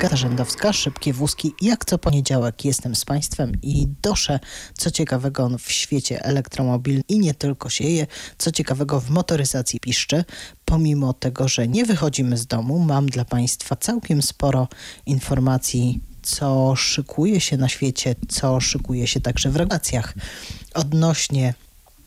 Agata Rzędowska, Szybkie Wózki. Jak co poniedziałek jestem z Państwem i doszę, co ciekawego w świecie elektromobilnym i nie tylko się je, co ciekawego w motoryzacji piszczy. Pomimo tego, że nie wychodzimy z domu, mam dla Państwa całkiem sporo informacji, co szykuje się na świecie, co szykuje się także w regulacjach odnośnie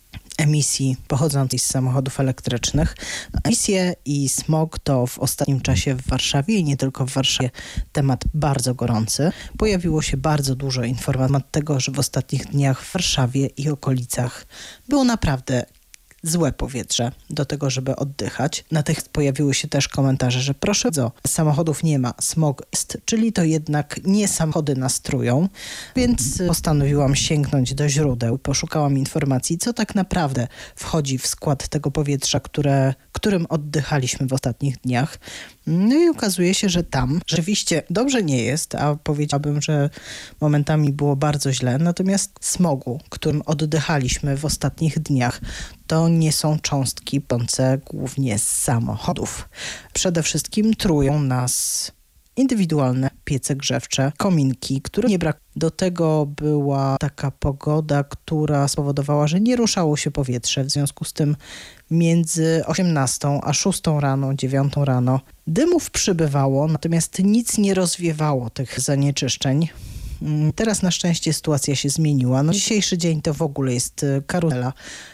emisji pochodzącej z samochodów elektrycznych. Emisje i smog to w ostatnim czasie w Warszawie i nie tylko w Warszawie temat bardzo gorący. Pojawiło się bardzo dużo informacji na temat tego, że w ostatnich dniach w Warszawie i okolicach było naprawdę złe powietrze do tego, żeby oddychać. Na tych pojawiły się też komentarze, że proszę bardzo, samochodów nie ma, smog jest, czyli to jednak nie samochody nas trują, więc postanowiłam sięgnąć do źródeł, poszukałam informacji, co tak naprawdę wchodzi w skład tego powietrza, którym oddychaliśmy w ostatnich dniach. No i okazuje się, że tam rzeczywiście dobrze nie jest, a powiedziałabym, że momentami było bardzo źle. Natomiast smogu, którym oddychaliśmy w ostatnich dniach, to nie są cząstki płynące głównie z samochodów. Przede wszystkim trują nas indywidualne piece grzewcze, kominki, które nie brak. Do tego była taka pogoda, która spowodowała, że nie ruszało się powietrze. W związku z tym między 18 a 6 rano, 9 rano dymów przybywało, natomiast nic nie rozwiewało tych zanieczyszczeń. Teraz na szczęście sytuacja się zmieniła. Dzisiejszy dzień to w ogóle jest karuzela.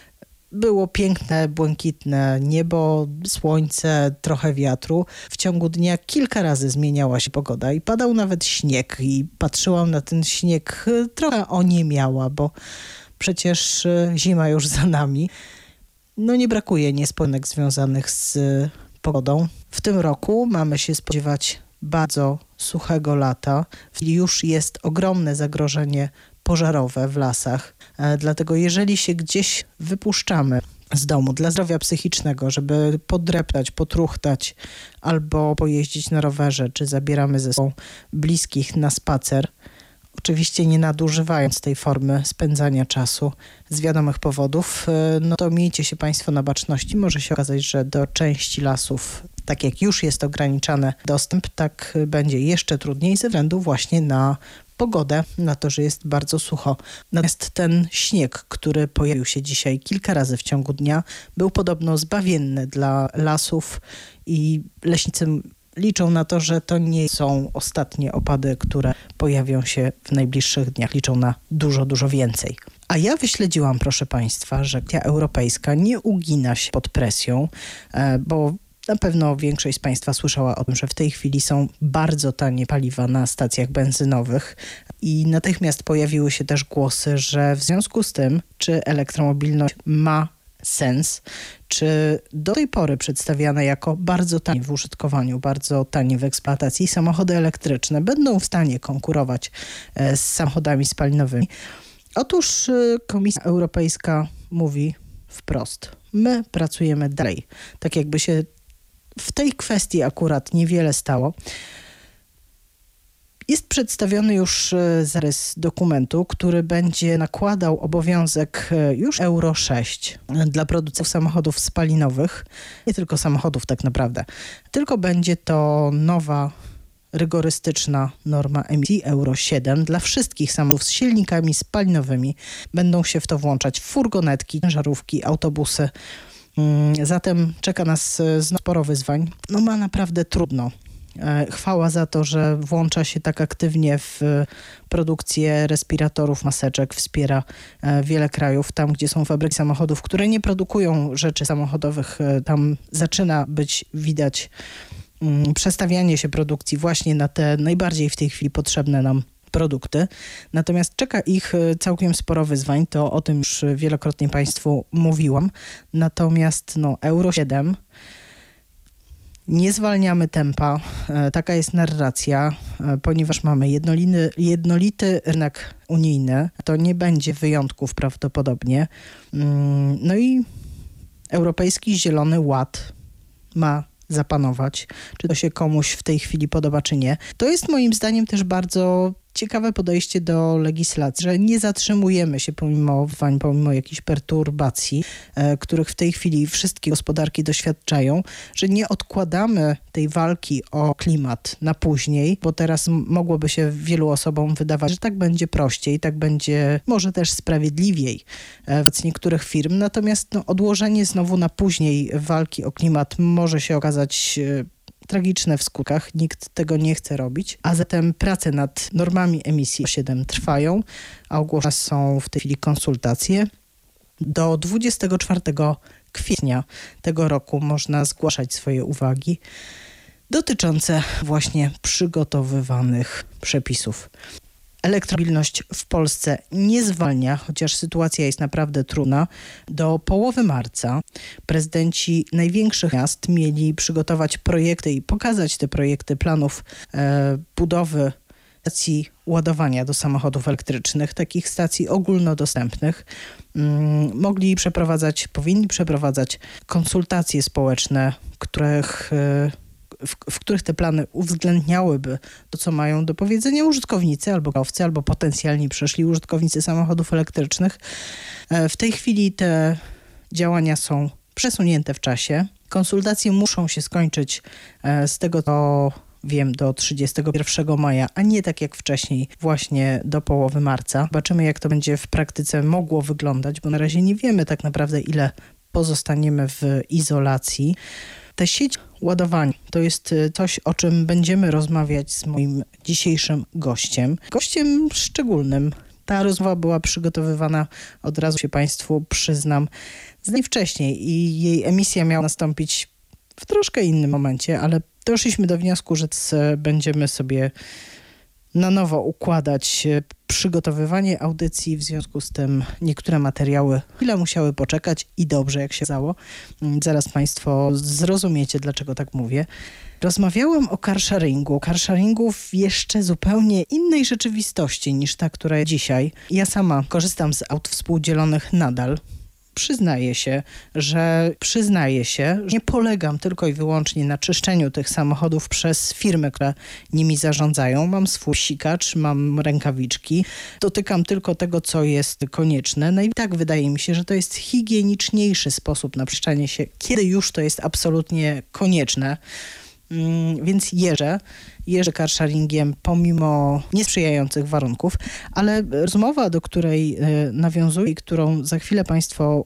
Było piękne, błękitne niebo, słońce, trochę wiatru. W ciągu dnia kilka razy zmieniała się pogoda i padał nawet śnieg i patrzyłam na ten śnieg, trochę oniemiała, bo przecież zima już za nami. No nie brakuje niespodzianek związanych z pogodą. W tym roku mamy się spodziewać bardzo suchego lata. Już jest ogromne zagrożenie pożarowe w lasach. Dlatego jeżeli się gdzieś wypuszczamy z domu dla zdrowia psychicznego, żeby podreptać, potruchtać albo pojeździć na rowerze, czy zabieramy ze sobą bliskich na spacer, oczywiście nie nadużywając tej formy spędzania czasu z wiadomych powodów, no to miejcie się Państwo na baczności. Może się okazać, że do części lasów, tak jak już jest ograniczany dostęp, tak będzie jeszcze trudniej ze względu właśnie na pogodę, na to, że jest bardzo sucho. Natomiast ten śnieg, który pojawił się dzisiaj kilka razy w ciągu dnia, był podobno zbawienny dla lasów i leśnicy liczą na to, że to nie są ostatnie opady, które pojawią się w najbliższych dniach. Liczą na dużo, dużo więcej. A ja wyśledziłam, proszę Państwa, że Unia Europejska nie ugina się pod presją, bo na pewno większość z Państwa słyszała o tym, że w tej chwili są bardzo tanie paliwa na stacjach benzynowych i natychmiast pojawiły się też głosy, że w związku z tym, czy elektromobilność ma sens, czy do tej pory przedstawiane jako bardzo tanie w użytkowaniu, bardzo tanie w eksploatacji samochody elektryczne będą w stanie konkurować z samochodami spalinowymi. Otóż Komisja Europejska mówi wprost, my pracujemy dalej. Tak jakby się w tej kwestii akurat niewiele stało. Jest przedstawiony już zarys dokumentu, który będzie nakładał obowiązek już Euro 6 dla producentów samochodów spalinowych, nie tylko samochodów tak naprawdę, tylko będzie to nowa rygorystyczna norma emisji Euro 7 dla wszystkich samochodów z silnikami spalinowymi. Będą się w to włączać furgonetki, ciężarówki, autobusy. Zatem czeka nas sporo wyzwań. No ma naprawdę trudno. Chwała za to, że włącza się tak aktywnie w produkcję respiratorów, maseczek, wspiera wiele krajów. Tam, gdzie są fabryki samochodów, które nie produkują rzeczy samochodowych, tam zaczyna być widać przestawianie się produkcji właśnie na te najbardziej w tej chwili potrzebne nam produkty. Natomiast czeka ich całkiem sporo wyzwań, to o tym już wielokrotnie Państwu mówiłam. Natomiast Euro 7 nie zwalniamy tempa, taka jest narracja, ponieważ mamy jednolity rynek unijny, to nie będzie wyjątków prawdopodobnie. No i Europejski Zielony Ład ma zapanować, czy to się komuś w tej chwili podoba, czy nie. To jest moim zdaniem też bardzo ciekawe podejście do legislacji, że nie zatrzymujemy się pomimo jakichś perturbacji, których w tej chwili wszystkie gospodarki doświadczają, że nie odkładamy tej walki o klimat na później, bo teraz mogłoby się wielu osobom wydawać, że tak będzie prościej, tak będzie może też sprawiedliwiej wobec niektórych firm, natomiast odłożenie znowu na później walki o klimat może się okazać tragiczne w skutkach, nikt tego nie chce robić, a zatem prace nad normami emisji 7 trwają, a ogłoszone są w tej chwili konsultacje. Do 24 kwietnia tego roku można zgłaszać swoje uwagi dotyczące właśnie przygotowywanych przepisów. Elektromobilność w Polsce nie zwalnia, chociaż sytuacja jest naprawdę trudna. Do połowy marca prezydenci największych miast mieli przygotować projekty i pokazać te projekty planów budowy stacji ładowania do samochodów elektrycznych, takich stacji ogólnodostępnych. Powinni przeprowadzać konsultacje społeczne, w których te plany uwzględniałyby to, co mają do powiedzenia użytkownicy albo kierowcy, albo potencjalni przyszli użytkownicy samochodów elektrycznych. W tej chwili te działania są przesunięte w czasie. Konsultacje muszą się skończyć, z tego co wiem, do 31 maja, a nie tak jak wcześniej, właśnie do połowy marca. Zobaczymy, jak to będzie w praktyce mogło wyglądać, bo na razie nie wiemy tak naprawdę, ile pozostaniemy w izolacji. Te sieć ładowania to jest coś, o czym będziemy rozmawiać z moim dzisiejszym gościem. Gościem szczególnym. Ta rozmowa była przygotowywana, od razu się Państwu przyznam, z dni wcześniej i jej emisja miała nastąpić w troszkę innym momencie, ale doszliśmy do wniosku, że będziemy sobie na nowo układać przygotowywanie audycji. W związku z tym niektóre materiały chwilę musiały poczekać i dobrze, jak się okazało. Zaraz Państwo zrozumiecie, dlaczego tak mówię. Rozmawiałam o carsharingu. Carsharingu w jeszcze zupełnie innej rzeczywistości niż ta, która jest dzisiaj. Ja sama korzystam z aut współdzielonych nadal. Przyznaję się, że nie polegam tylko i wyłącznie na czyszczeniu tych samochodów przez firmy, które nimi zarządzają. Mam swój sikacz, mam rękawiczki, dotykam tylko tego, co jest konieczne. No i tak wydaje mi się, że to jest higieniczniejszy sposób na czyszczenie się, kiedy już to jest absolutnie konieczne. Więc jeżdżę carsharingiem pomimo niesprzyjających warunków, ale rozmowa, do której nawiązuję i którą za chwilę Państwo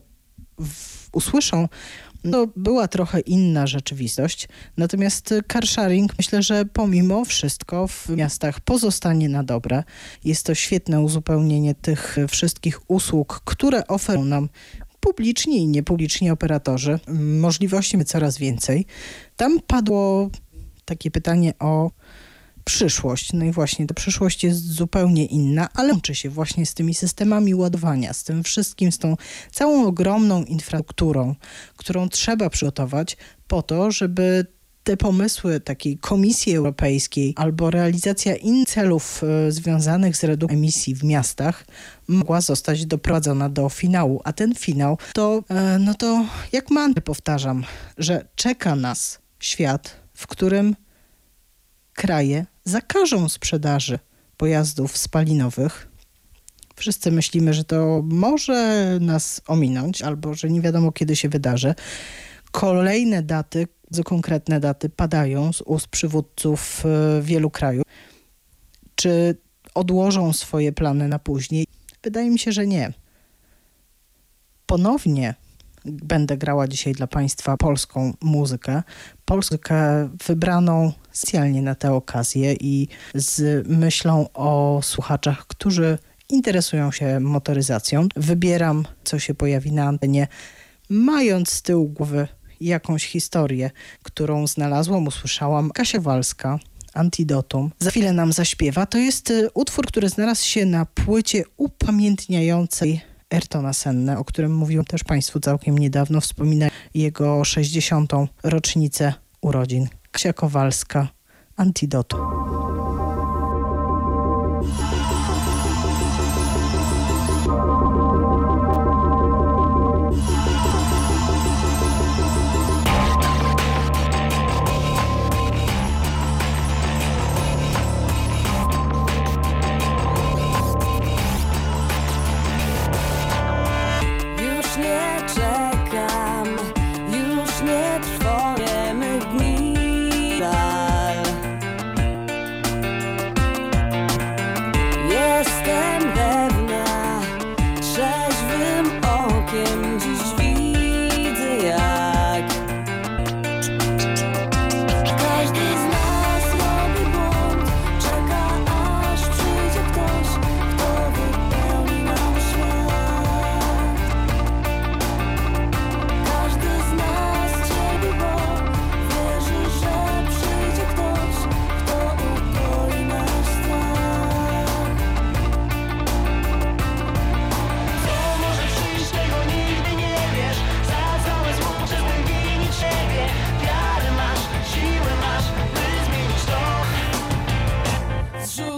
usłyszą, to była trochę inna rzeczywistość. Natomiast carsharing, myślę, że pomimo wszystko w miastach pozostanie na dobre. Jest to świetne uzupełnienie tych wszystkich usług, które oferują nam publiczni i niepubliczni operatorzy. Możliwości mamy coraz więcej. Tam padło takie pytanie o przyszłość. No i właśnie ta przyszłość jest zupełnie inna, ale łączy się właśnie z tymi systemami ładowania, z tym wszystkim, z tą całą ogromną infrastrukturą, którą trzeba przygotować po to, żeby te pomysły takiej Komisji Europejskiej albo realizacja innych celów związanych z redukcją emisji w miastach mogła zostać doprowadzona do finału. A ten finał to jak mantrę powtarzam, że czeka nas świat, w którym kraje zakażą sprzedaży pojazdów spalinowych. Wszyscy myślimy, że to może nas ominąć albo że nie wiadomo, kiedy się wydarzy. Kolejne daty, bardzo konkretne daty padają z ust przywódców wielu krajów. Czy odłożą swoje plany na później? Wydaje mi się, że nie. Ponownie będę grała dzisiaj dla Państwa polską muzykę. Polskę wybraną specjalnie na tę okazję i z myślą o słuchaczach, którzy interesują się motoryzacją. Wybieram, co się pojawi na antenie, mając z tyłu głowy jakąś historię, którą znalazłam, usłyszałam. Kasia Kowalska, Antidotum, za chwilę nam zaśpiewa. To jest utwór, który znalazł się na płycie upamiętniającej Ayrtona Sennę, o którym mówiłam też Państwu całkiem niedawno, wspominając jego 60. rocznicę urodzin. Kasia Kowalska, Antidotum.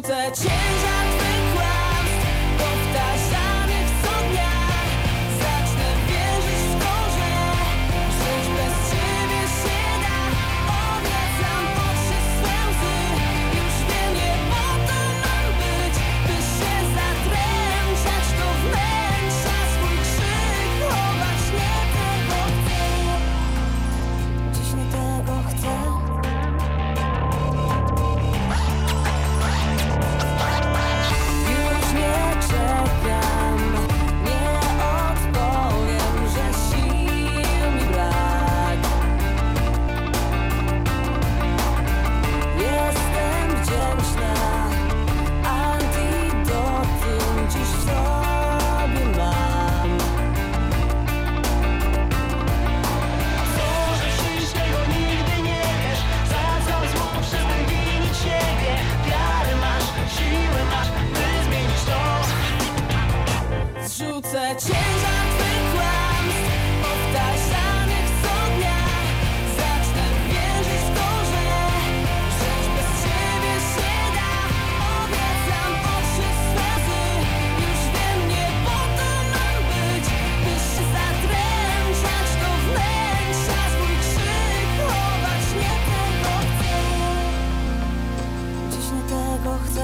Zrzucę ciężar twych kłamstw powtarzanych co dnia. Zacznę wierzyć w to, że żyć bez ciebie się da. Obracam oczy swe łzy. Już wiem, nie po to mam być, by się zadręczać, to wnętrza swój krzyk chować. Nie tego chcę, dziś nie tego chcę. Już nie czekam, nie odpowiem, że sił mi brak. Jestem wdzięczna, antidotum dziś w sobie mam. Może wszystkiego nigdy nie wiesz, za co znów przestań winić siebie. Wiarę masz, siłę masz, by zmienić to. Zrzucę ciężar twych kłamstw powtarzanych co dnia. Zacznę wierzyć w to, że żyć bez ciebie się da. Obracam oczy swe łzy. Już wiem, nie po to mam być, by się zadręczać, to wnętrza swój krzyk chować. Nie tego chcę, dziś nie tego chcę.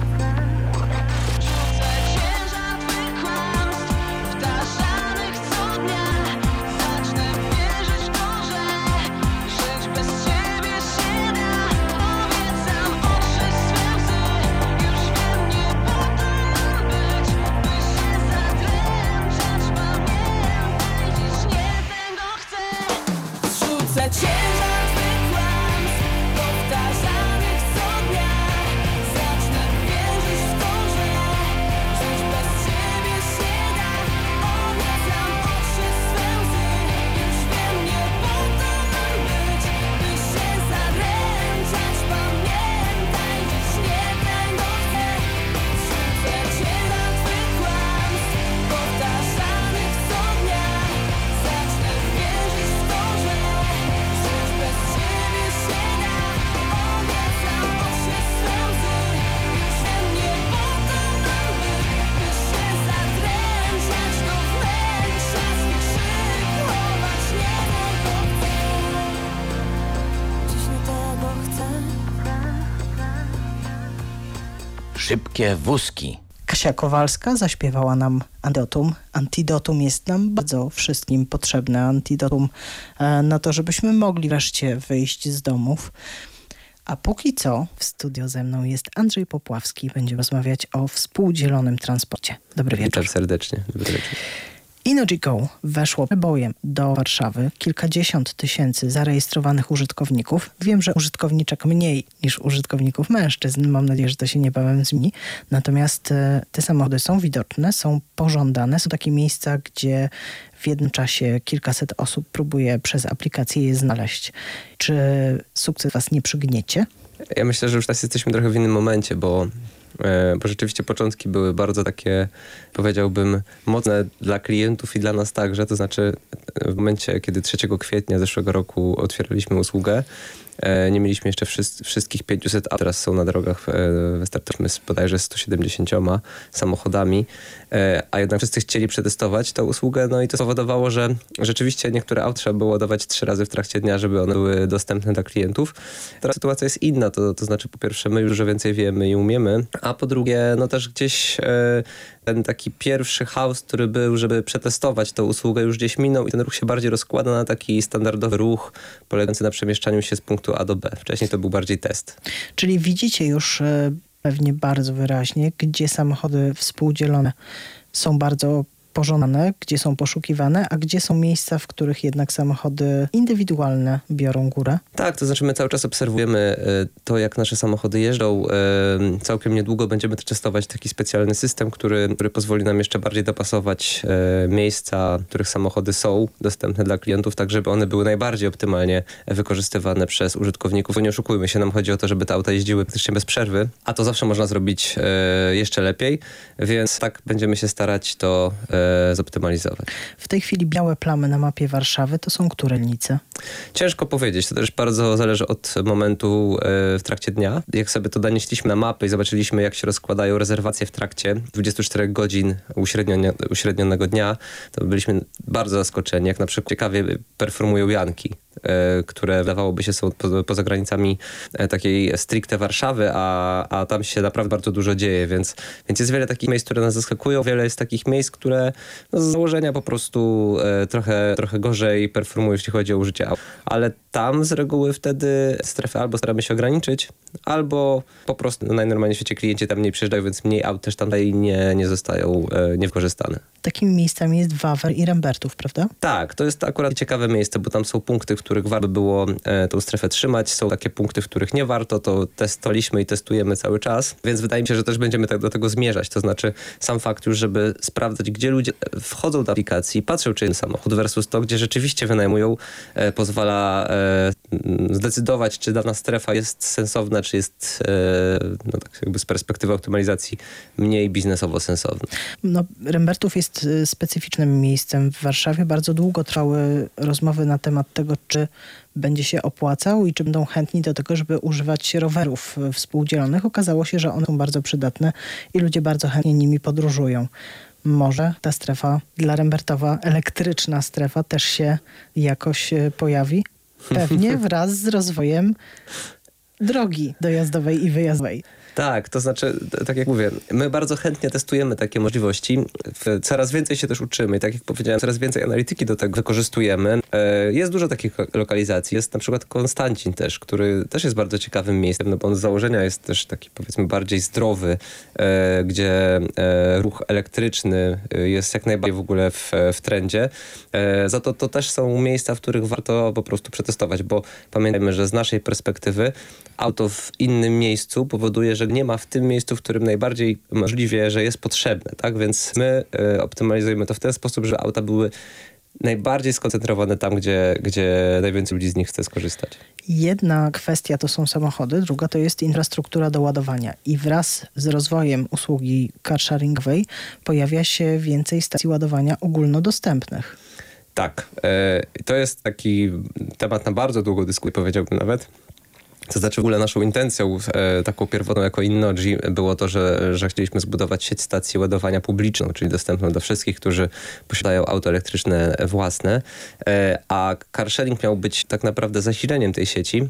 Rzucę ciężar twych kłamstw powtarzanych co dnia. Zacznę wierzyć w to, że żyć bez ciebie się da. Obiecam oczy swe łzy. Już wiem, nie po to mam być, by się zadręczać. Pamiętaj, dziś nie tego chcę. Zrzucę ciężar twych kłamstw powtarzanych co dnia. Zacznę wierzyć w to, że żyć bez ciebie się da. Obracam oczy swe łzy. Już wiem, nie po to mam być, by się zadręczać. Pamiętaj, dziś nie tego chcę. Zrzucę ciężar twych kłamstw powtarzanych co dnia. Zacznę wierzyć w to, że żyć bez ciebie się da. Obracam oczy swe łzy. Już wiem, nie po to mam być, by się zadręczać, to wnętrza swój krzyk chować. Nie tego chcę, dziś nie tego chcę. Szybkie wózki. Kasia Kowalska zaśpiewała nam Antidotum. Antidotum jest nam bardzo wszystkim potrzebne. Antidotum na to, żebyśmy mogli wreszcie wyjść z domów. A póki co w studio ze mną jest Andrzej Popławski. Będziemy rozmawiać o współdzielonym transporcie. Dobry wieczór. Witam serdecznie. Dobry wieczór. Inojigo weszło przebojem do Warszawy. Kilkadziesiąt tysięcy zarejestrowanych użytkowników. Wiem, że użytkowniczek mniej niż użytkowników mężczyzn. Mam nadzieję, że to się niebawem zmieni. Natomiast te samochody są widoczne, są pożądane. Są takie miejsca, gdzie w jednym czasie kilkaset osób próbuje przez aplikację je znaleźć. Czy sukces was nie przygniecie? Ja myślę, że już teraz jesteśmy trochę w innym momencie, bo rzeczywiście początki były bardzo takie, powiedziałbym, mocne dla klientów i dla nas także. To znaczy w momencie, kiedy 3 kwietnia zeszłego roku otwieraliśmy usługę, nie mieliśmy jeszcze wszystkich 500 aut. Teraz są na drogach, wystarczyliśmy z bodajże 170 samochodami, a jednak wszyscy chcieli przetestować tę usługę, no i to spowodowało, że rzeczywiście niektóre auta trzeba było ładować 3 razy w trakcie dnia, żeby one były dostępne dla klientów. Teraz sytuacja jest inna, to znaczy po pierwsze my już dużo więcej wiemy i umiemy, a po drugie no też gdzieś ten taki pierwszy chaos, który był, żeby przetestować tę usługę, już gdzieś minął i ten ruch się bardziej rozkłada na taki standardowy ruch polegający na przemieszczaniu się z punktu A do B. Wcześniej to był bardziej test. Czyli widzicie już pewnie bardzo wyraźnie, gdzie samochody współdzielone są bardzo pożądane, gdzie są poszukiwane, a gdzie są miejsca, w których jednak samochody indywidualne biorą górę? Tak, to znaczy my cały czas obserwujemy to, jak nasze samochody jeżdżą. Całkiem niedługo będziemy testować taki specjalny system, który pozwoli nam jeszcze bardziej dopasować miejsca, w których samochody są dostępne dla klientów, tak żeby one były najbardziej optymalnie wykorzystywane przez użytkowników. Bo nie oszukujmy się, nam chodzi o to, żeby te auta jeździły praktycznie bez przerwy, a to zawsze można zrobić jeszcze lepiej, więc tak będziemy się starać to zoptymalizować. W tej chwili białe plamy na mapie Warszawy to są które dzielnice? Ciężko powiedzieć, to też bardzo zależy od momentu w trakcie dnia. Jak sobie to danieśliśmy na mapę i zobaczyliśmy, jak się rozkładają rezerwacje w trakcie 24 godzin uśrednionego dnia, to byliśmy bardzo zaskoczeni, jak na przykład ciekawie performują Janki, które wydawałoby się są poza granicami takiej stricte Warszawy, a tam się naprawdę bardzo dużo dzieje, więc jest wiele takich miejsc, które nas zaskakują, wiele jest takich miejsc, które z założenia po prostu trochę gorzej performują, jeśli chodzi o użycie aut. Ale tam z reguły wtedy strefy albo staramy się ograniczyć, albo po prostu najnormalniej w świecie klienci tam nie przyjeżdżają, więc mniej aut też tam nie zostają niewykorzystane. Takimi miejscami jest Wawer i Rembertów, prawda? Tak, to jest akurat ciekawe miejsce, bo tam są punkty, w których warto było tą strefę trzymać. Są takie punkty, w których nie warto, to testowaliśmy i testujemy cały czas, więc wydaje mi się, że też będziemy do tego zmierzać. To znaczy sam fakt już, żeby sprawdzać, gdzie ludzie wchodzą do aplikacji i patrzą, czy jest samochód versus to, gdzie rzeczywiście wynajmują, pozwala zdecydować, czy dana strefa jest sensowna, czy jest tak jakby z perspektywy optymalizacji mniej biznesowo sensowna. No, Rembertów jest specyficznym miejscem w Warszawie. Bardzo długo trwały rozmowy na temat tego, czy będzie się opłacał i czy będą chętni do tego, żeby używać rowerów współdzielonych. Okazało się, że one są bardzo przydatne i ludzie bardzo chętnie nimi podróżują. Może ta strefa dla Rembertowa, elektryczna strefa, też się jakoś pojawi? Pewnie wraz z rozwojem drogi dojazdowej i wyjazdowej. Tak, to znaczy, tak jak mówię, my bardzo chętnie testujemy takie możliwości. Coraz więcej się też uczymy. Tak jak powiedziałem, coraz więcej analityki do tego wykorzystujemy. Jest dużo takich lokalizacji. Jest na przykład Konstancin też, który też jest bardzo ciekawym miejscem, no bo on z założenia jest też taki, powiedzmy, bardziej zdrowy, gdzie ruch elektryczny jest jak najbardziej w ogóle w trendzie. Za to też są miejsca, w których warto po prostu przetestować, bo pamiętajmy, że z naszej perspektywy auto w innym miejscu powoduje, że nie ma w tym miejscu, w którym najbardziej możliwie, że jest potrzebne, tak? Więc my optymalizujemy to w ten sposób, że auta były najbardziej skoncentrowane tam, gdzie najwięcej ludzi z nich chce skorzystać. Jedna kwestia to są samochody, druga to jest infrastruktura do ładowania. I wraz z rozwojem usługi carsharingowej pojawia się więcej stacji ładowania ogólnodostępnych. Tak. To jest taki temat na bardzo długą dyskusję, powiedziałbym nawet. To znaczy w ogóle naszą intencją taką pierwotną jako Innogy było to, że chcieliśmy zbudować sieć stacji ładowania publiczną, czyli dostępną do wszystkich, którzy posiadają auto elektryczne własne, a carsharing miał być tak naprawdę zasileniem tej sieci.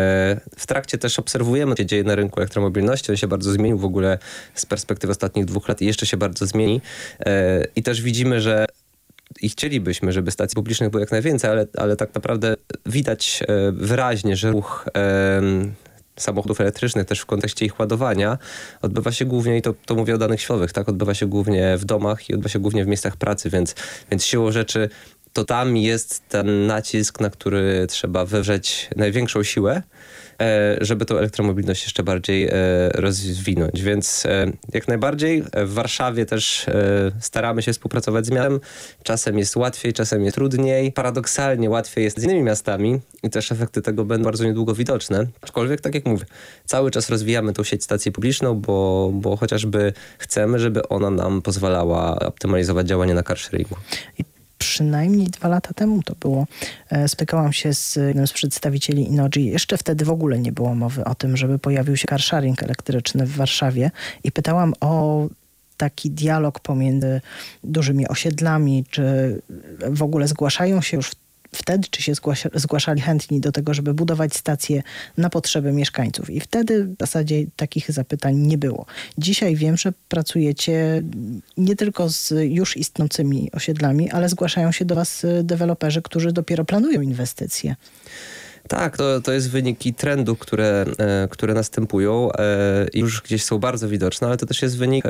W trakcie też obserwujemy, co się dzieje na rynku elektromobilności. On się bardzo zmienił w ogóle z perspektywy ostatnich 2 lat i jeszcze się bardzo zmieni. I też widzimy, że i chcielibyśmy, żeby stacji publicznych było jak najwięcej, ale tak naprawdę widać wyraźnie, że ruch samochodów elektrycznych też w kontekście ich ładowania odbywa się głównie, i to mówię o danych światowych, tak, odbywa się głównie w domach i odbywa się głównie w miejscach pracy, więc siłą rzeczy to tam jest ten nacisk, na który trzeba wywrzeć największą siłę, żeby tą elektromobilność jeszcze bardziej rozwinąć. Więc jak najbardziej w Warszawie też staramy się współpracować z miastem. Czasem jest łatwiej, czasem jest trudniej. Paradoksalnie łatwiej jest z innymi miastami i też efekty tego będą bardzo niedługo widoczne. Aczkolwiek, tak jak mówię, cały czas rozwijamy tą sieć stacji publiczną, bo chociażby chcemy, żeby ona nam pozwalała optymalizować działanie na carsharingu. Przynajmniej 2 lata temu to było. Spotykałam się z jednym z przedstawicieli Innogy. Jeszcze wtedy w ogóle nie było mowy o tym, żeby pojawił się carsharing elektryczny w Warszawie i pytałam o taki dialog pomiędzy dużymi osiedlami, czy w ogóle zgłaszają się już wtedy, czy się zgłaszali chętni do tego, żeby budować stacje na potrzeby mieszkańców. I wtedy w zasadzie takich zapytań nie było. Dzisiaj wiem, że pracujecie nie tylko z już istniejącymi osiedlami, ale zgłaszają się do was deweloperzy, którzy dopiero planują inwestycje. Tak, to jest wyniki trendów, które następują i już gdzieś są bardzo widoczne, ale to też jest wynik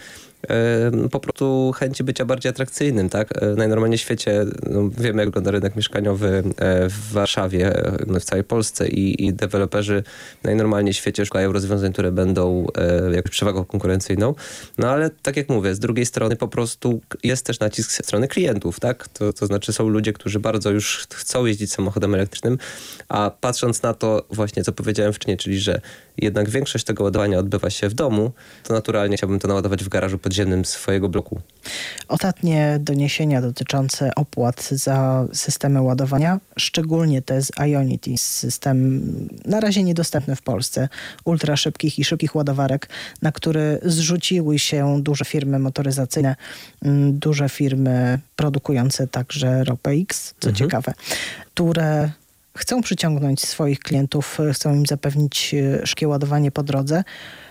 po prostu chęci bycia bardziej atrakcyjnym, tak? Najnormalniej w świecie, wiemy, jak wygląda rynek mieszkaniowy w Warszawie, w całej Polsce i deweloperzy najnormalniej w świecie szukają rozwiązań, które będą jakąś przewagą konkurencyjną. No ale tak jak mówię, z drugiej strony po prostu jest też nacisk ze strony klientów, tak? To znaczy są ludzie, którzy bardzo już chcą jeździć samochodem elektrycznym, a patrząc na to właśnie, co powiedziałem wcześniej, czyli że jednak większość tego ładowania odbywa się w domu, to naturalnie chciałbym to naładować w garażu pod podziemnym swojego bloku. Ostatnie doniesienia dotyczące opłat za systemy ładowania, szczególnie te z Ionity, system na razie niedostępny w Polsce, ultra szybkich i szybkich ładowarek, na który zrzuciły się duże firmy motoryzacyjne, duże firmy produkujące także ropę X, co ciekawe, które chcą przyciągnąć swoich klientów, chcą im zapewnić szybkie ładowanie po drodze.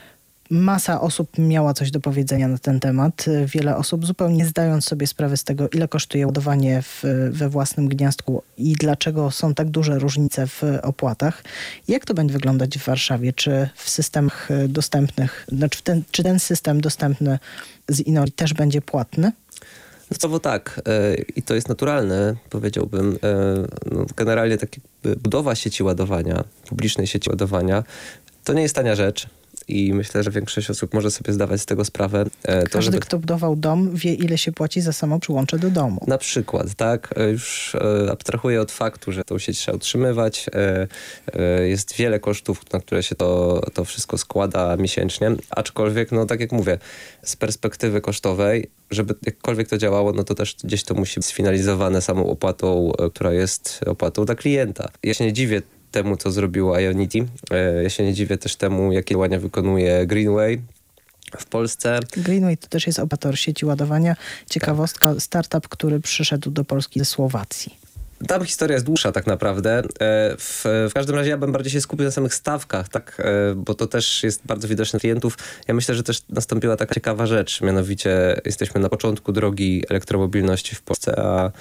Masa osób miała coś do powiedzenia na ten temat. Wiele osób zupełnie zdając sobie sprawę z tego, ile kosztuje ładowanie we własnym gniazdku i dlaczego są tak duże różnice w opłatach. Jak to będzie wyglądać w Warszawie? Czy w systemach dostępnych, czy ten system dostępny z Inori też będzie płatny? Znowu tak. I to jest naturalne, powiedziałbym. Generalnie tak jakby budowa sieci ładowania, publicznej sieci ładowania, to nie jest tania rzecz. I myślę, że większość osób może sobie zdawać z tego sprawę. Każdy, kto budował dom, wie, ile się płaci za samo przyłącze do domu. Na przykład, tak? Już abstrahuję od faktu, że tą sieć trzeba utrzymywać. Jest wiele kosztów, na które się to wszystko składa miesięcznie. Aczkolwiek, no tak jak mówię, z perspektywy kosztowej, żeby jakkolwiek to działało, no to też gdzieś to musi być sfinalizowane samą opłatą, która jest opłatą dla klienta. Ja się nie dziwię temu, co zrobiło Ionity. Ja się nie dziwię też temu, jakie działania wykonuje Greenway w Polsce. Greenway to też jest operator sieci ładowania. Ciekawostka, startup, który przyszedł do Polski ze Słowacji. Tam historia jest dłuższa tak naprawdę. W każdym razie ja bym bardziej się skupił na samych stawkach, tak? Bo to też jest bardzo widoczne dla klientów. Ja myślę, że też nastąpiła taka ciekawa rzecz, mianowicie jesteśmy na początku drogi elektromobilności w Polsce,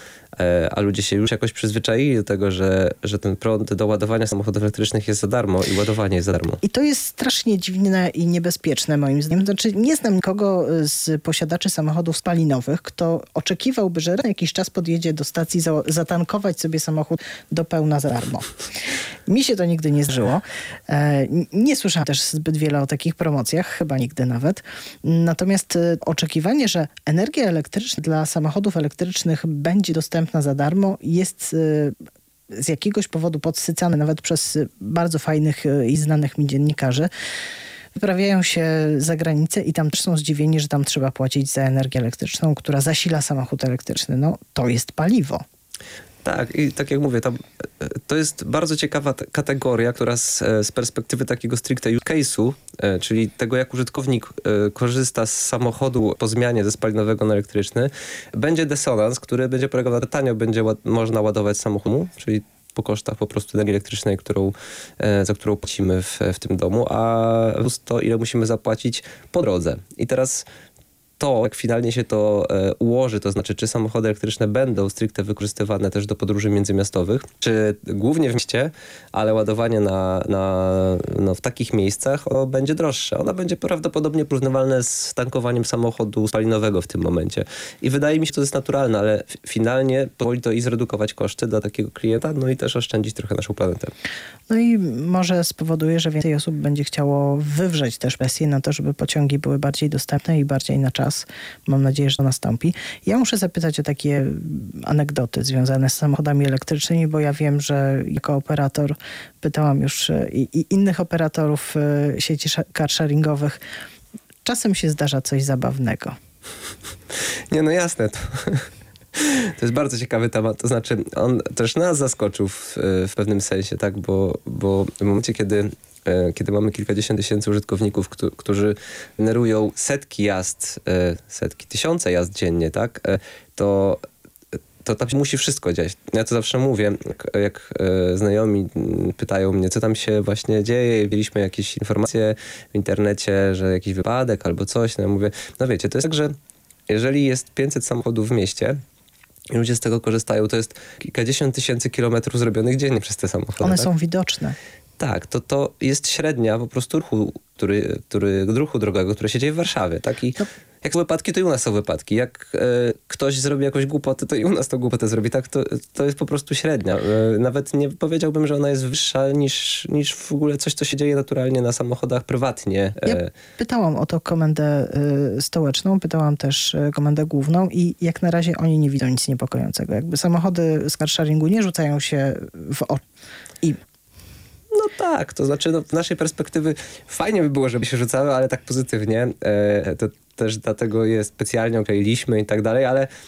a ludzie się już jakoś przyzwyczaili do tego, że ten prąd do ładowania samochodów elektrycznych jest za darmo i ładowanie jest za darmo. I to jest strasznie dziwne i niebezpieczne moim zdaniem. Znaczy nie znam nikogo z posiadaczy samochodów spalinowych, kto oczekiwałby, że na jakiś czas podjedzie do stacji zatankować sobie samochód do pełna za darmo. Mi się to nigdy nie zdarzyło. Nie słyszałam też zbyt wiele o takich promocjach, chyba nigdy nawet. Natomiast oczekiwanie, że energia elektryczna dla samochodów elektrycznych będzie dostępna za darmo, jest z jakiegoś powodu podsycane nawet przez bardzo fajnych i znanych mi dziennikarzy. Wyprawiają się za granicę i tam też są zdziwieni, że tam trzeba płacić za energię elektryczną, która zasila samochód elektryczny. No, to jest paliwo. Tak, i tak jak mówię, to jest bardzo ciekawa kategoria, która z perspektywy takiego stricte use case'u, czyli tego, jak użytkownik korzysta z samochodu po zmianie ze spalinowego na elektryczny, będzie dysonans, który będzie polegał na tanio będzie można ładować samochodu, czyli po kosztach po prostu energii elektrycznej, za którą płacimy w tym domu, a to, ile musimy zapłacić po drodze. I teraz to, jak finalnie się to ułoży, to znaczy, czy samochody elektryczne będą stricte wykorzystywane też do podróży międzymiastowych, czy głównie w mieście, ale ładowanie w takich miejscach będzie droższe. Ona będzie prawdopodobnie porównywalne z tankowaniem samochodu spalinowego w tym momencie. I wydaje mi się, że to jest naturalne, ale finalnie pozwoli to i zredukować koszty dla takiego klienta, no i też oszczędzić trochę naszą planetę. No i może spowoduje, że więcej osób będzie chciało wywrzeć też presję na to, żeby pociągi były bardziej dostępne i bardziej na czas. Mam nadzieję, że to nastąpi. Ja muszę zapytać o takie anegdoty związane z samochodami elektrycznymi, bo ja wiem, że jako operator pytałam już i innych operatorów sieci carsharingowych. Czasem się zdarza coś zabawnego. Nie, no jasne. To jest bardzo ciekawy temat. To znaczy, on też nas zaskoczył w pewnym sensie, tak? Bo w momencie, kiedy mamy kilkadziesiąt tysięcy użytkowników, którzy generują setki, tysiące jazd dziennie, tak? To tam się musi wszystko dziać. Ja to zawsze mówię, jak znajomi pytają mnie, co tam się właśnie dzieje, mieliśmy jakieś informacje w internecie, że jakiś wypadek albo coś, no ja mówię, no wiecie, to jest tak, że jeżeli jest 500 samochodów w mieście, i ludzie z tego korzystają, to jest kilkadziesiąt tysięcy kilometrów zrobionych dziennie przez te samochody. One tak? są widoczne. Tak, to jest średnia po prostu ruchu drogowego, który się dzieje w Warszawie. Tak? I jak są wypadki, to i u nas są wypadki. Jak ktoś zrobi jakąś głupotę, to i u nas tą głupotę zrobi. Tak? To jest po prostu średnia. Nawet nie powiedziałbym, że ona jest wyższa niż w ogóle coś, co się dzieje naturalnie na samochodach prywatnie. Ja pytałam o to komendę stołeczną, pytałam też komendę główną i jak na razie oni nie widzą nic niepokojącego. Jakby samochody z carsharingu nie rzucają się w oczy. No tak, to znaczy z naszej perspektywy fajnie by było, żeby się rzucały, ale tak pozytywnie. To też dlatego je specjalnie określiliśmy i tak dalej,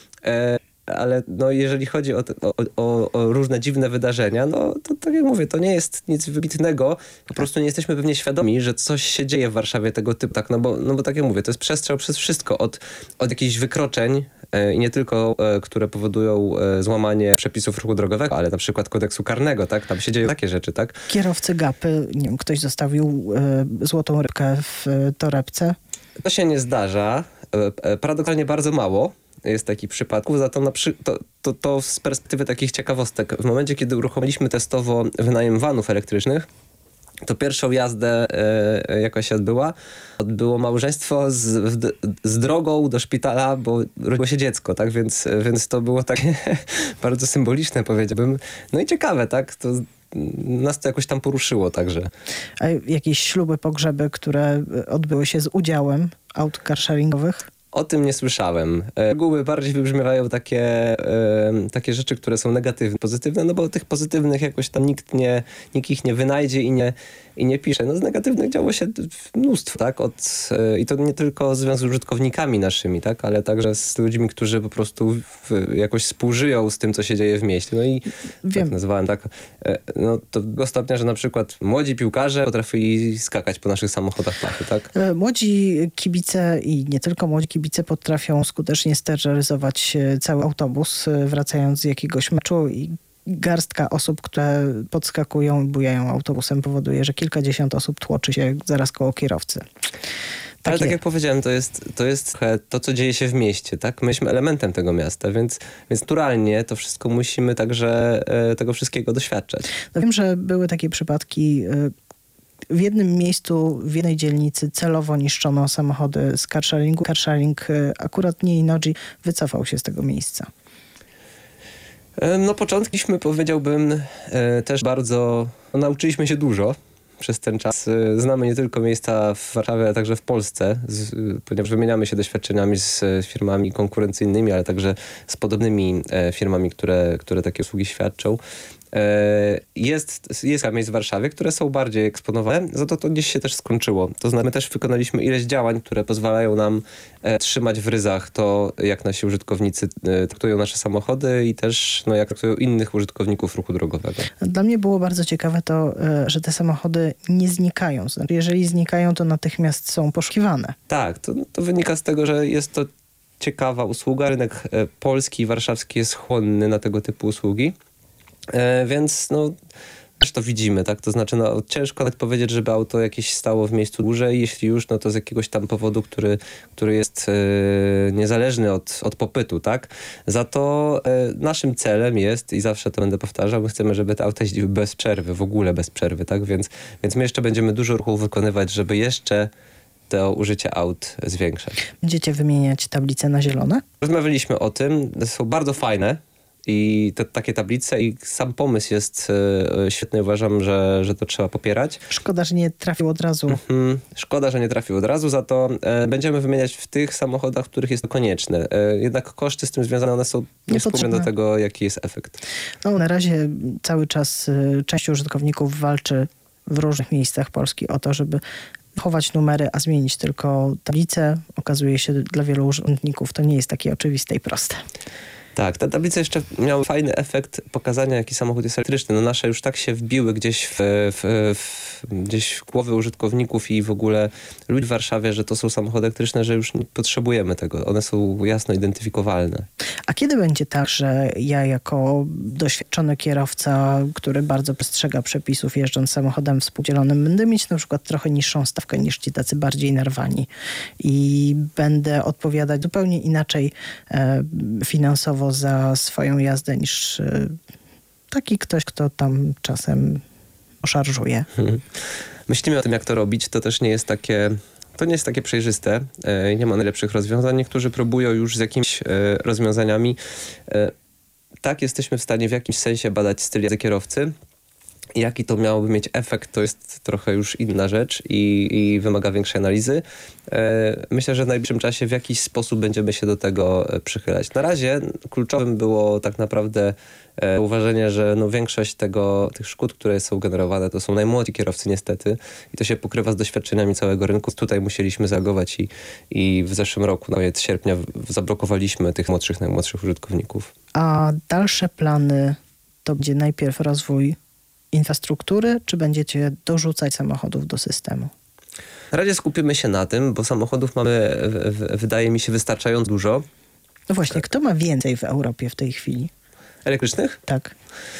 ale no jeżeli chodzi o różne dziwne wydarzenia, no to tak jak mówię, to nie jest nic wybitnego. Po prostu nie jesteśmy pewnie świadomi, że coś się dzieje w Warszawie tego typu. Tak, no bo tak jak mówię, to jest przestrzał przez wszystko. Od jakichś wykroczeń i nie tylko, które powodują złamanie przepisów ruchu drogowego, ale na przykład kodeksu karnego, tak? Tam się dzieją takie rzeczy, tak? Kierowcy gapy, nie wiem, ktoś zostawił złotą rybkę w torebce. To się nie zdarza. Paradoksalnie bardzo mało jest takich przypadków, za to, to z perspektywy takich ciekawostek. W momencie, kiedy uruchomiliśmy testowo wynajem vanów elektrycznych, to pierwszą jazdę, jaka się odbyło małżeństwo z drogą do szpitala, bo rodziło się dziecko, tak? Więc to było takie bardzo symboliczne, powiedziałbym. No i ciekawe, tak? To nas to jakoś tam poruszyło także. A jakieś śluby, pogrzeby, które odbyły się z udziałem aut carsharingowych? O tym nie słyszałem. Reguły bardziej wybrzmiewają takie rzeczy, które są negatywne, pozytywne, no bo tych pozytywnych jakoś tam nikt ich nie wynajdzie i nie pisze. No z negatywnych działo się mnóstwo, tak? I to nie tylko związek z użytkownikami naszymi, tak? Ale także z ludźmi, którzy po prostu jakoś współżyją z tym, co się dzieje w mieście. No i Wiem. tak nazwałem tak. No to do tego stopnia, że na przykład młodzi piłkarze potrafili skakać po naszych samochodach plachy, tak? Młodzi kibice i nie tylko młodzi kibice potrafią skutecznie steroryzować cały autobus, wracając z jakiegoś meczu i garstka osób, które podskakują i bujają autobusem, powoduje, że kilkadziesiąt osób tłoczy się zaraz koło kierowcy. Ale tak jak powiedziałem, to jest to, co dzieje się w mieście, tak? My jesteśmy elementem tego miasta, więc naturalnie to wszystko musimy także tego wszystkiego doświadczać. No wiem, że były takie przypadki. W jednym miejscu, w jednej dzielnicy celowo niszczono samochody z carsharingu. Carsharing, akurat nie Innoji, wycofał się z tego miejsca. No początkiśmy, powiedziałbym, też bardzo... nauczyliśmy się dużo przez ten czas. Znamy nie tylko miejsca w Warszawie, ale także w Polsce, ponieważ wymieniamy się doświadczeniami z firmami konkurencyjnymi, ale także z podobnymi firmami, które takie usługi świadczą. Jest kilka miejsc w Warszawie, które są bardziej eksponowane, za to gdzieś się też skończyło. To znaczy my też wykonaliśmy ileś działań, które pozwalają nam trzymać w ryzach to, jak nasi użytkownicy traktują nasze samochody i też jak traktują innych użytkowników ruchu drogowego. Dla mnie było bardzo ciekawe to, że te samochody nie znikają. Znaczy, jeżeli znikają, to natychmiast są poszukiwane. Tak, to wynika z tego, że jest to ciekawa usługa. Rynek polski i warszawski jest chłonny na tego typu usługi. Więc też to widzimy, tak? To znaczy ciężko nawet powiedzieć, żeby auto jakieś stało w miejscu dłużej. Jeśli już, to z jakiegoś tam powodu, który jest niezależny od popytu, tak? Za to naszym celem jest, i zawsze to będę powtarzał, my chcemy, żeby te auta jeździły bez przerwy, w ogóle bez przerwy, tak? Więc my jeszcze będziemy dużo ruchów wykonywać, żeby jeszcze to użycie aut zwiększać. Będziecie wymieniać tablice na zielone? Rozmawialiśmy o tym, są bardzo fajne. I takie tablice i sam pomysł jest świetny. Uważam, że to trzeba popierać. Szkoda, że nie trafił od razu. Szkoda, że nie trafił od razu, za to będziemy wymieniać w tych samochodach, w których jest to konieczne. Jednak koszty z tym związane, one są niewspółmierne do tego, jaki jest efekt. No, na razie cały czas część użytkowników walczy w różnych miejscach Polski o to, żeby chować numery, a zmienić tylko tablicę. Okazuje się, dla wielu użytkowników to nie jest takie oczywiste i proste. Tak, te tablice jeszcze miały fajny efekt pokazania, jaki samochód jest elektryczny. Nasze już tak się wbiły gdzieś gdzieś w głowy użytkowników i w ogóle ludzi w Warszawie, że to są samochody elektryczne, że już nie potrzebujemy tego. One są jasno identyfikowalne. A kiedy będzie tak, że ja jako doświadczony kierowca, który bardzo przestrzega przepisów jeżdżąc samochodem współdzielonym, będę mieć na przykład trochę niższą stawkę niż ci tacy bardziej narwani i będę odpowiadać zupełnie inaczej finansowo za swoją jazdę niż taki ktoś, kto tam czasem oszarżuje. Myślimy o tym, jak to robić. To też nie jest takie... To nie jest takie przejrzyste. Nie ma najlepszych rozwiązań. Niektórzy próbują już z jakimiś rozwiązaniami. Tak, jesteśmy w stanie w jakimś sensie badać styl jazdy kierowcy. Jaki to miałoby mieć efekt, to jest trochę już inna rzecz i wymaga większej analizy. Myślę, że w najbliższym czasie w jakiś sposób będziemy się do tego przychylać. Na razie kluczowym było tak naprawdę uważanie, że większość tych szkód, które są generowane, to są najmłodsi kierowcy niestety i to się pokrywa z doświadczeniami całego rynku. Tutaj musieliśmy zareagować i w zeszłym roku, na koniec sierpnia, zablokowaliśmy tych najmłodszych użytkowników. A dalsze plany to będzie najpierw rozwój infrastruktury, czy będziecie dorzucać samochodów do systemu? Na razie skupimy się na tym, bo samochodów mamy, wydaje mi się, wystarczająco dużo. No właśnie, kto ma więcej w Europie w tej chwili? Elektrycznych? Tak.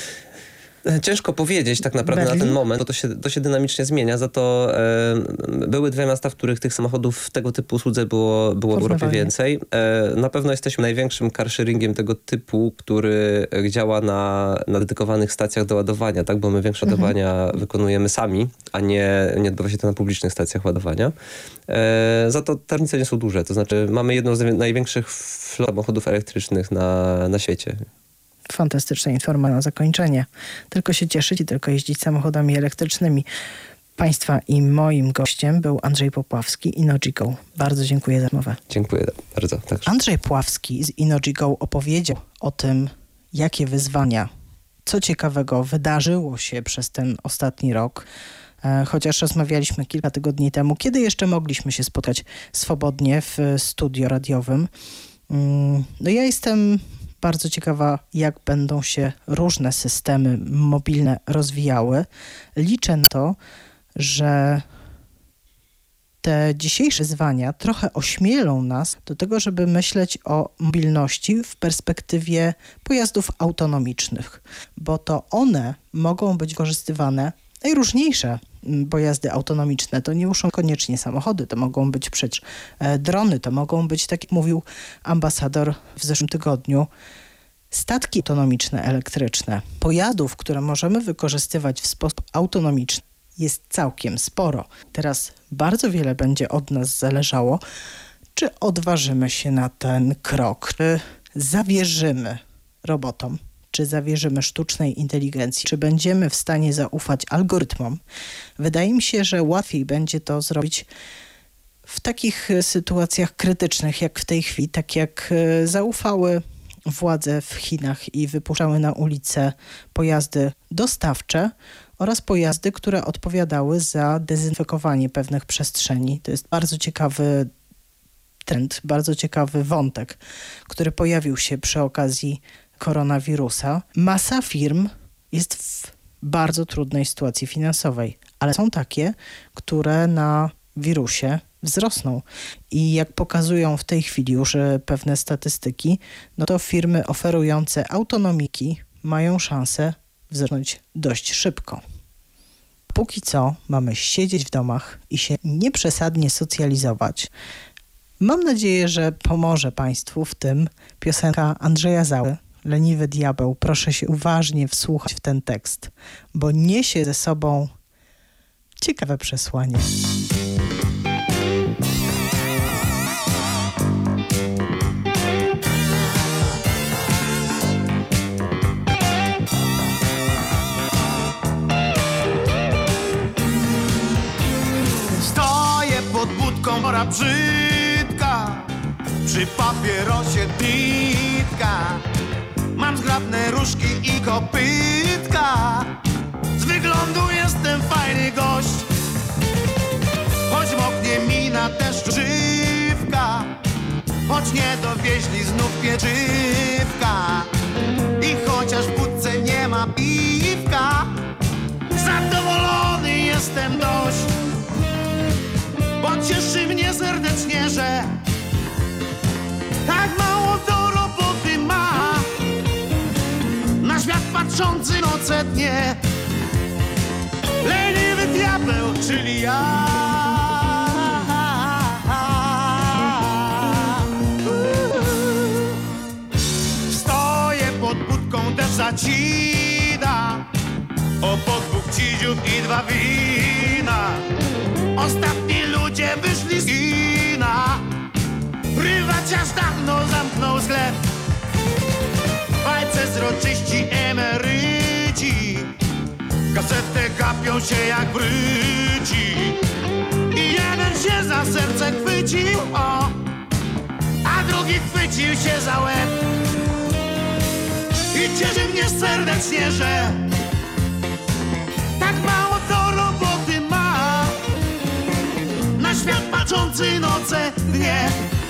Ciężko powiedzieć tak naprawdę Berlin? na ten moment, bo to się dynamicznie zmienia. Za to były 2 miasta, w których tych samochodów w tego typu usłudze było w Europie więcej. Na pewno jesteśmy największym carsharingiem tego typu, który działa na dedykowanych stacjach do ładowania, tak? Bo my większe ładowania wykonujemy sami, a nie odbywa się to na publicznych stacjach ładowania. Za to te różnice nie są duże. To znaczy mamy jedną z największych flot samochodów elektrycznych na świecie. Fantastyczna informacja na zakończenie. Tylko się cieszyć i tylko jeździć samochodami elektrycznymi. Państwa i moim gościem był Andrzej Popławski, Inogigo. Bardzo dziękuję za rozmowę. Dziękuję bardzo. Także. Andrzej Popławski z Inogigo opowiedział o tym, jakie wyzwania, co ciekawego wydarzyło się przez ten ostatni rok. Chociaż rozmawialiśmy kilka tygodni temu, kiedy jeszcze mogliśmy się spotkać swobodnie w studio radiowym. No ja jestem bardzo ciekawa, jak będą się różne systemy mobilne rozwijały. Liczę na to, że te dzisiejsze wyzwania trochę ośmielą nas do tego, żeby myśleć o mobilności w perspektywie pojazdów autonomicznych, bo to one mogą być wykorzystywane, najróżniejsze pojazdy autonomiczne. To nie muszą koniecznie samochody, to mogą być przecież drony, to mogą być, tak jak mówił ambasador w zeszłym tygodniu, statki autonomiczne, elektryczne. Pojazdów, które możemy wykorzystywać w sposób autonomiczny, jest całkiem sporo. Teraz bardzo wiele będzie od nas zależało, czy odważymy się na ten krok, czy zawierzymy robotom, czy zawierzymy sztucznej inteligencji, czy będziemy w stanie zaufać algorytmom. Wydaje mi się, że łatwiej będzie to zrobić w takich sytuacjach krytycznych, jak w tej chwili, tak jak zaufały władze w Chinach i wypuszczały na ulicę pojazdy dostawcze oraz pojazdy, które odpowiadały za dezynfekowanie pewnych przestrzeni. To jest bardzo ciekawy trend, bardzo ciekawy wątek, który pojawił się przy okazji koronawirusa. Masa firm jest w bardzo trudnej sytuacji finansowej, ale są takie, które na wirusie wzrosną. I jak pokazują w tej chwili już pewne statystyki, no to firmy oferujące autonomiki mają szansę wzrosnąć dość szybko. Póki co mamy siedzieć w domach i się nieprzesadnie socjalizować. Mam nadzieję, że pomoże Państwu w tym piosenka Andrzeja Zały, Leniwy diabeł. Proszę się uważnie wsłuchać w ten tekst, bo niesie ze sobą ciekawe przesłanie. Stoję pod budką, pora brzydka, przy papierosie nitka. Mam zgrabne różki i kopytka, z wyglądu jestem fajny gość. Choć moknie mi na deszczu żywka, choć nie dowieźli znów pieczywka, i chociaż w budce nie ma piwka, zadowolony jestem dość. Bo cieszy mnie serdecznie, że tak mało do roboty ma na świat patrzący noce dnie leniwy diabeł, czyli ja. Stoję pod budką, też zacina, obok 2 ciziów i 2 wina. Ostatni ludzie wyszli z kina, prywaciarz dawno zamknął sklep. W bajce zroczyści emeryci kasetę gapią się jak bryci. I jeden się za serce chwycił, o, a drugi chwycił się za łeb. I cieszy mnie serdecznie, że tak mało to roboty ma. Na świat patrzący noce, dnie.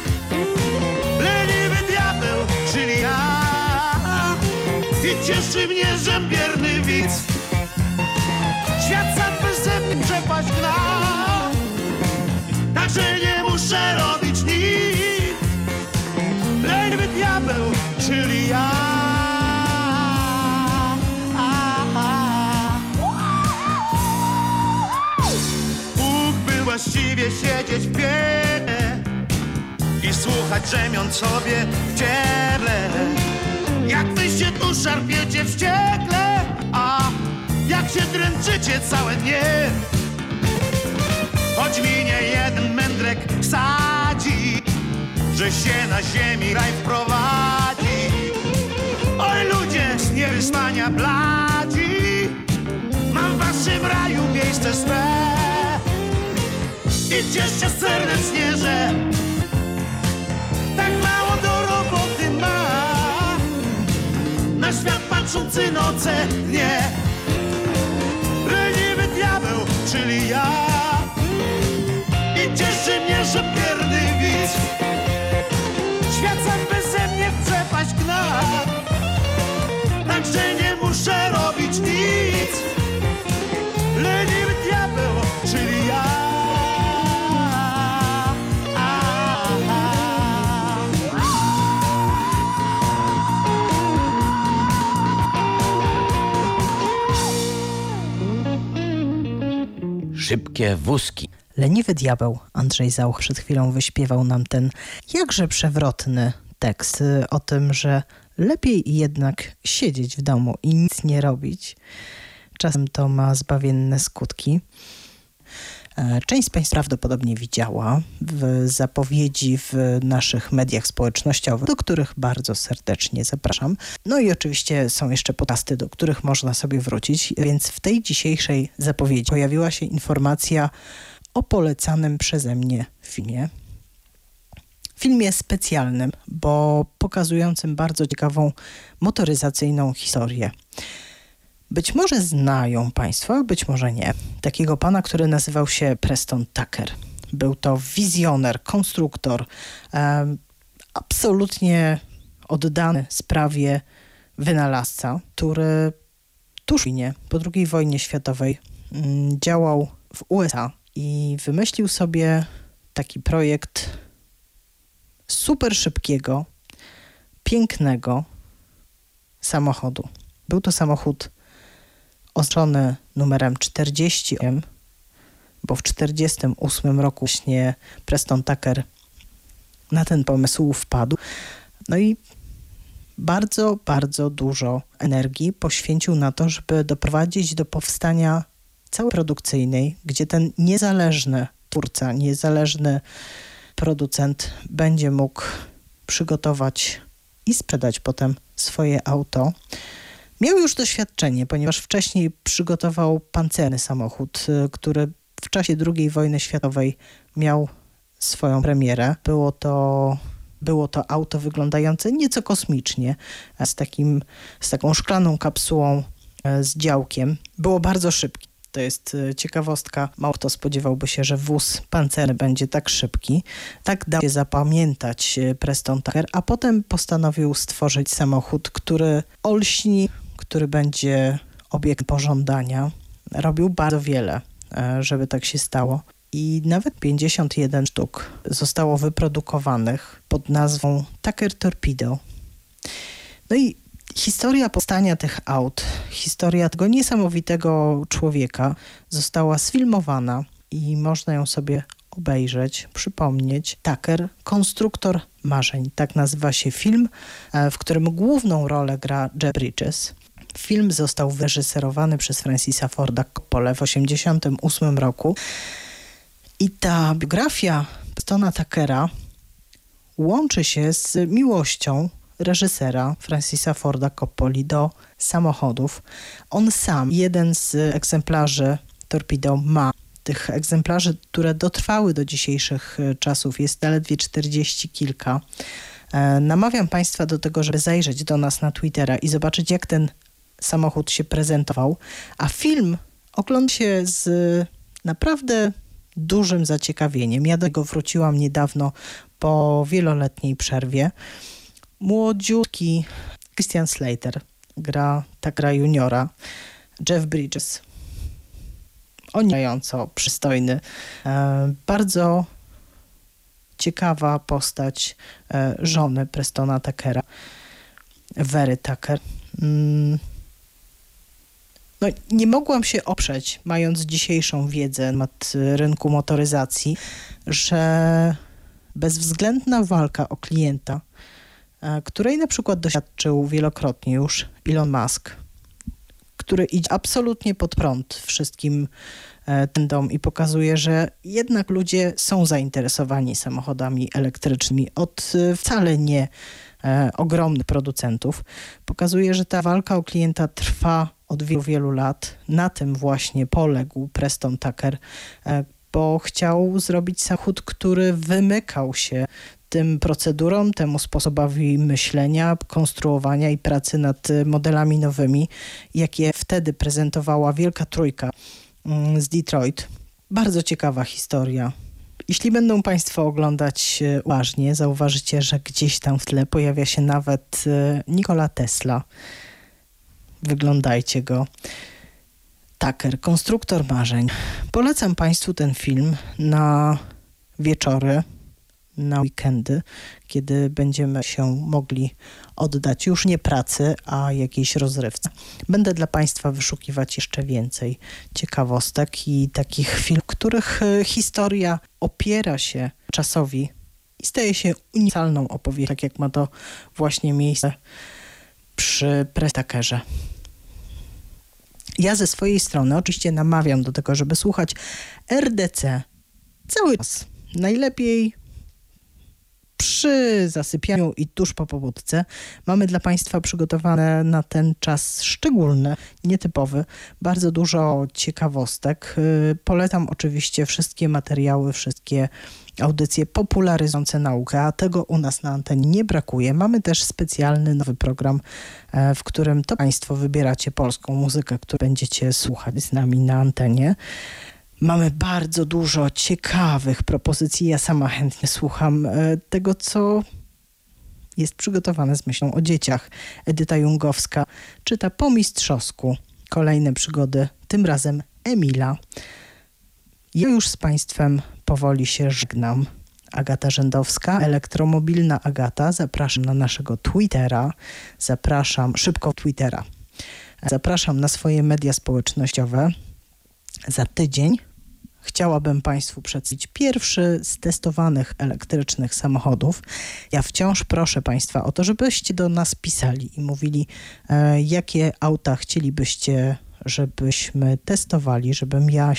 Leniwy diabeł, czyli ja. I cieszy mnie, że bierny widz świat sam beze mnie przepaść gna. Także nie muszę robić nic. Leniwy diabeł, czyli ja. Mógłby właściwie siedzieć w piele i słuchać drzemiąc sobie w ciele. Jak wy się tu szarpiecie wściekle, a jak się dręczycie całe dnie. Choć mi nie jeden mędrek wsadzi, że się na ziemi raj wprowadzi. Oj ludzie z niewyspania bladzi, mam w waszym raju miejsce swe. I cieszcie serdecznie, że tak mało do roboty ma. Na świat patrzący noce, dnie. Leniwy diabeł, czyli ja. I cieszy mnie, że bierny widz świat sam beze mnie w przepaść gna. Także nie muszę robić nic. Leniwy diabeł, czyli ja. Szybkie wózki. Leniwy diabeł, Andrzej Zauch przed chwilą wyśpiewał nam ten jakże przewrotny tekst o tym, że lepiej jednak siedzieć w domu i nic nie robić. Czasem to ma zbawienne skutki. Część z Państwa prawdopodobnie widziała w zapowiedzi w naszych mediach społecznościowych, do których bardzo serdecznie zapraszam. No i oczywiście są jeszcze podcasty, do których można sobie wrócić, więc w tej dzisiejszej zapowiedzi pojawiła się informacja o polecanym przeze mnie filmie. Filmie specjalnym, bo pokazującym bardzo ciekawą motoryzacyjną historię. Być może znają Państwo, być może nie. Takiego pana, który nazywał się Preston Tucker. Był to wizjoner, konstruktor, absolutnie oddany sprawie wynalazca, który tuż po II wojnie światowej działał w USA i wymyślił sobie taki projekt super szybkiego, pięknego samochodu. Był to samochód oznaczony numerem 48, bo w 1948 roku właśnie Preston Tucker na ten pomysł wpadł. No i bardzo, bardzo dużo energii poświęcił na to, żeby doprowadzić do powstania całej produkcyjnej, gdzie ten niezależny twórca, niezależny producent będzie mógł przygotować i sprzedać potem swoje auto. Miał już doświadczenie, ponieważ wcześniej przygotował pancerny samochód, który w czasie II wojny światowej miał swoją premierę. Było to auto wyglądające nieco kosmicznie, z taką szklaną kapsułą z działkiem. Było bardzo szybkie. To jest ciekawostka. Mało kto spodziewałby się, że wóz pancerny będzie tak szybki. Tak dał się zapamiętać Preston Tucker, a potem postanowił stworzyć samochód, który olśni, który będzie obiektem pożądania. Robił bardzo wiele, żeby tak się stało. I nawet 51 sztuk zostało wyprodukowanych pod nazwą Tucker Torpedo. No i historia powstania tych aut, historia tego niesamowitego człowieka została sfilmowana i można ją sobie obejrzeć, przypomnieć. Tucker, konstruktor marzeń. Tak nazywa się film, w którym główną rolę gra Jeff Bridges. Film został wyreżyserowany przez Francisa Forda Coppolę w 1988 roku. I ta biografia Prestona Tuckera łączy się z miłością reżysera Francisa Forda Coppoli do samochodów. On sam jeden z egzemplarzy Torpedo ma. Tych egzemplarzy, które dotrwały do dzisiejszych czasów, jest zaledwie 40 kilka. Namawiam Państwa do tego, żeby zajrzeć do nas na Twittera i zobaczyć, jak ten samochód się prezentował. A film ogląda się z naprawdę dużym zaciekawieniem. Ja do niego wróciłam niedawno po wieloletniej przerwie. Młodziutki Christian Slater gra juniora. Jeff Bridges, oniająco przystojny, bardzo ciekawa postać żony Prestona Tuckera, Very Tucker. No, nie mogłam się oprzeć, mając dzisiejszą wiedzę na temat rynku motoryzacji, że bezwzględna walka o klienta, której na przykład doświadczył wielokrotnie już Elon Musk, który idzie absolutnie pod prąd wszystkim trendom i pokazuje, że jednak ludzie są zainteresowani samochodami elektrycznymi od wcale nie ogromnych producentów. Pokazuje, że ta walka o klienta trwa od wielu, wielu lat. Na tym właśnie poległ Preston Tucker, bo chciał zrobić samochód, który wymykał się tym procedurom, temu sposobowi myślenia, konstruowania i pracy nad modelami nowymi, jakie wtedy prezentowała Wielka Trójka z Detroit. Bardzo ciekawa historia. Jeśli będą Państwo oglądać uważnie, zauważycie, że gdzieś tam w tle pojawia się nawet Nikola Tesla. Wyglądajcie go. Tucker, konstruktor marzeń. Polecam Państwu ten film na wieczory, na weekendy, kiedy będziemy się mogli oddać już nie pracy, a jakiejś rozrywce. Będę dla Państwa wyszukiwać jeszcze więcej ciekawostek i takich filmów, których historia opiera się czasowi i staje się uniwersalną opowieścią, tak jak ma to właśnie miejsce przy Tuckerze. Ja ze swojej strony oczywiście namawiam do tego, żeby słuchać RDC cały czas. Najlepiej przy zasypianiu i tuż po pobudce. Mamy dla Państwa przygotowane na ten czas szczególny, nietypowy, bardzo dużo ciekawostek. Polecam oczywiście wszystkie materiały, wszystkie audycje popularyzujące naukę, a tego u nas na antenie nie brakuje. Mamy też specjalny nowy program, w którym to Państwo wybieracie polską muzykę, którą będziecie słuchać z nami na antenie. Mamy bardzo dużo ciekawych propozycji. Ja sama chętnie słucham tego, co jest przygotowane z myślą o dzieciach. Edyta Jungowska czyta po mistrzowsku kolejne przygody, tym razem Emila. Ja już z Państwem powoli się żegnam. Agata Rzędowska, elektromobilna Agata. Zapraszam na naszego Twittera. Zapraszam na swoje media społecznościowe. Za tydzień chciałabym Państwu przedstawić pierwszy z testowanych elektrycznych samochodów. Ja wciąż proszę Państwa o to, żebyście do nas pisali i mówili, jakie auta chcielibyście, żebyśmy testowali, żebym ja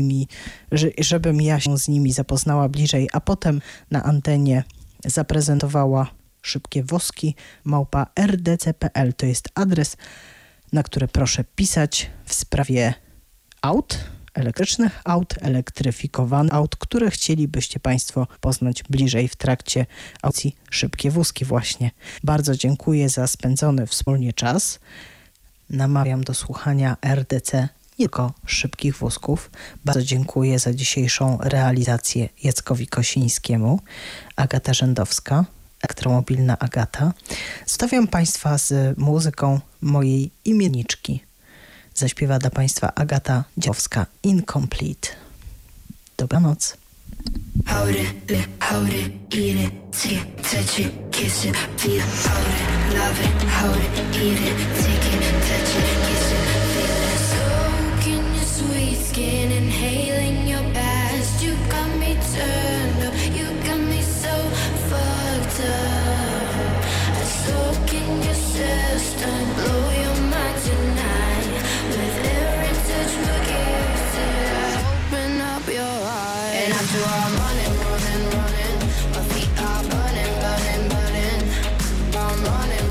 się z nimi zapoznała bliżej, a potem na antenie zaprezentowała szybkie woski @rdc.pl. To jest adres, na który proszę pisać w sprawie aut, elektrycznych aut, elektryfikowanych aut, które chcielibyście Państwo poznać bliżej w trakcie audycji Szybkie Wózki właśnie. Bardzo dziękuję za spędzony wspólnie czas. Namawiam do słuchania RDC, nie tylko Szybkich Wózków. Bardzo dziękuję za dzisiejszą realizację Jackowi Kosińskiemu. Agata Rzędowska, elektromobilna Agata. Zostawiam Państwa z muzyką mojej imienniczki. Zaśpiewa dla Państwa Agata Dziowska, Incomplete. Dobranoc. Hold it, eat it, see it, touch it, kiss it, feel it. Hold it, love it, hold it, eat it, take it, touch it, kiss it, feel it. Soak in your sweet skin, inhaling your past. You got me turned up, you got me so fucked up. Soak in your system, blow your mind tonight. With every touch we give to open up your eyes. And after all, I'm running, my feet are burning. I'm running.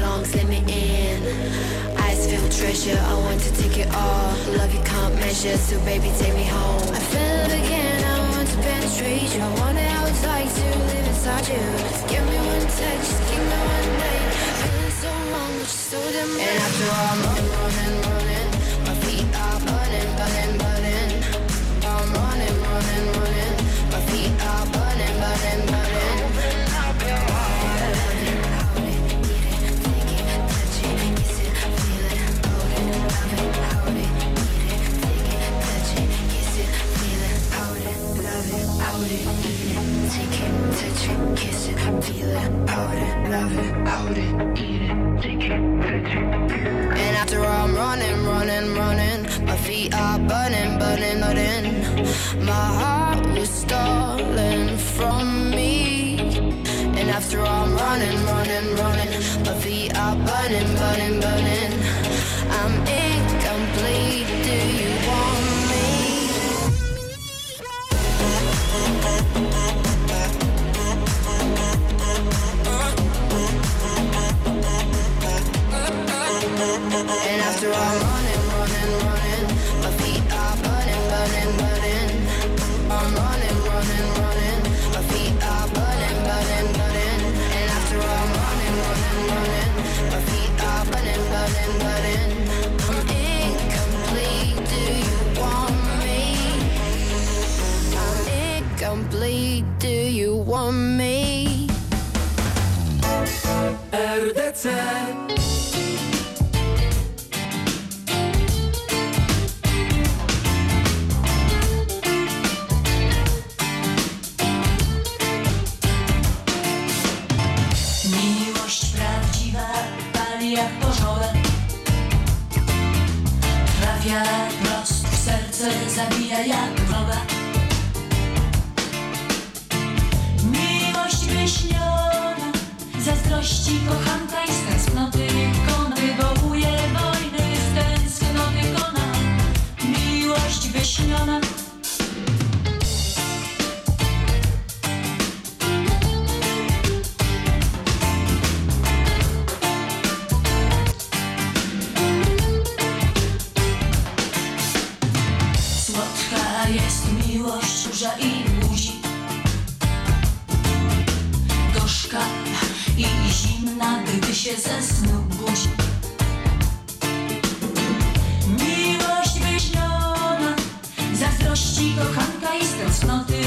songs, let me in. Eyes filled treasure, I want to take it all. Love you can't measure, so baby take me home. I feel it again, I want to penetrate you. I wonder how it's like to live inside you. Just give me one touch, just give me one night. Feeling so wrong, but you're so damn right. And after all, I'm running, my feet are burning. I'm running, my feet are burning. And after all, I'm running, my feet are burning. My heart was stolen from me. And after all, I'm running, my feet are burning. I'm incomplete, do you want me? And after all, I'm running, my feet are burning. I'm running, my feet are burning. And after all, I'm running, my feet are burning. I'm incomplete, do you want me? I'm incomplete, do you want me? RDC. Jak pożołek trafia prosto w serce, zabija jak wroga. Miłość wyśniona, zazdrości kochanka i z tęsknoty kona wywołuje wojny, z tęsknoty kona. Miłość wyśniona. Burza i buzi, gorzka i zimna, gdy się ze snu budzi. Miłość wyśniona, zazdrości kochanka i z tęsknoty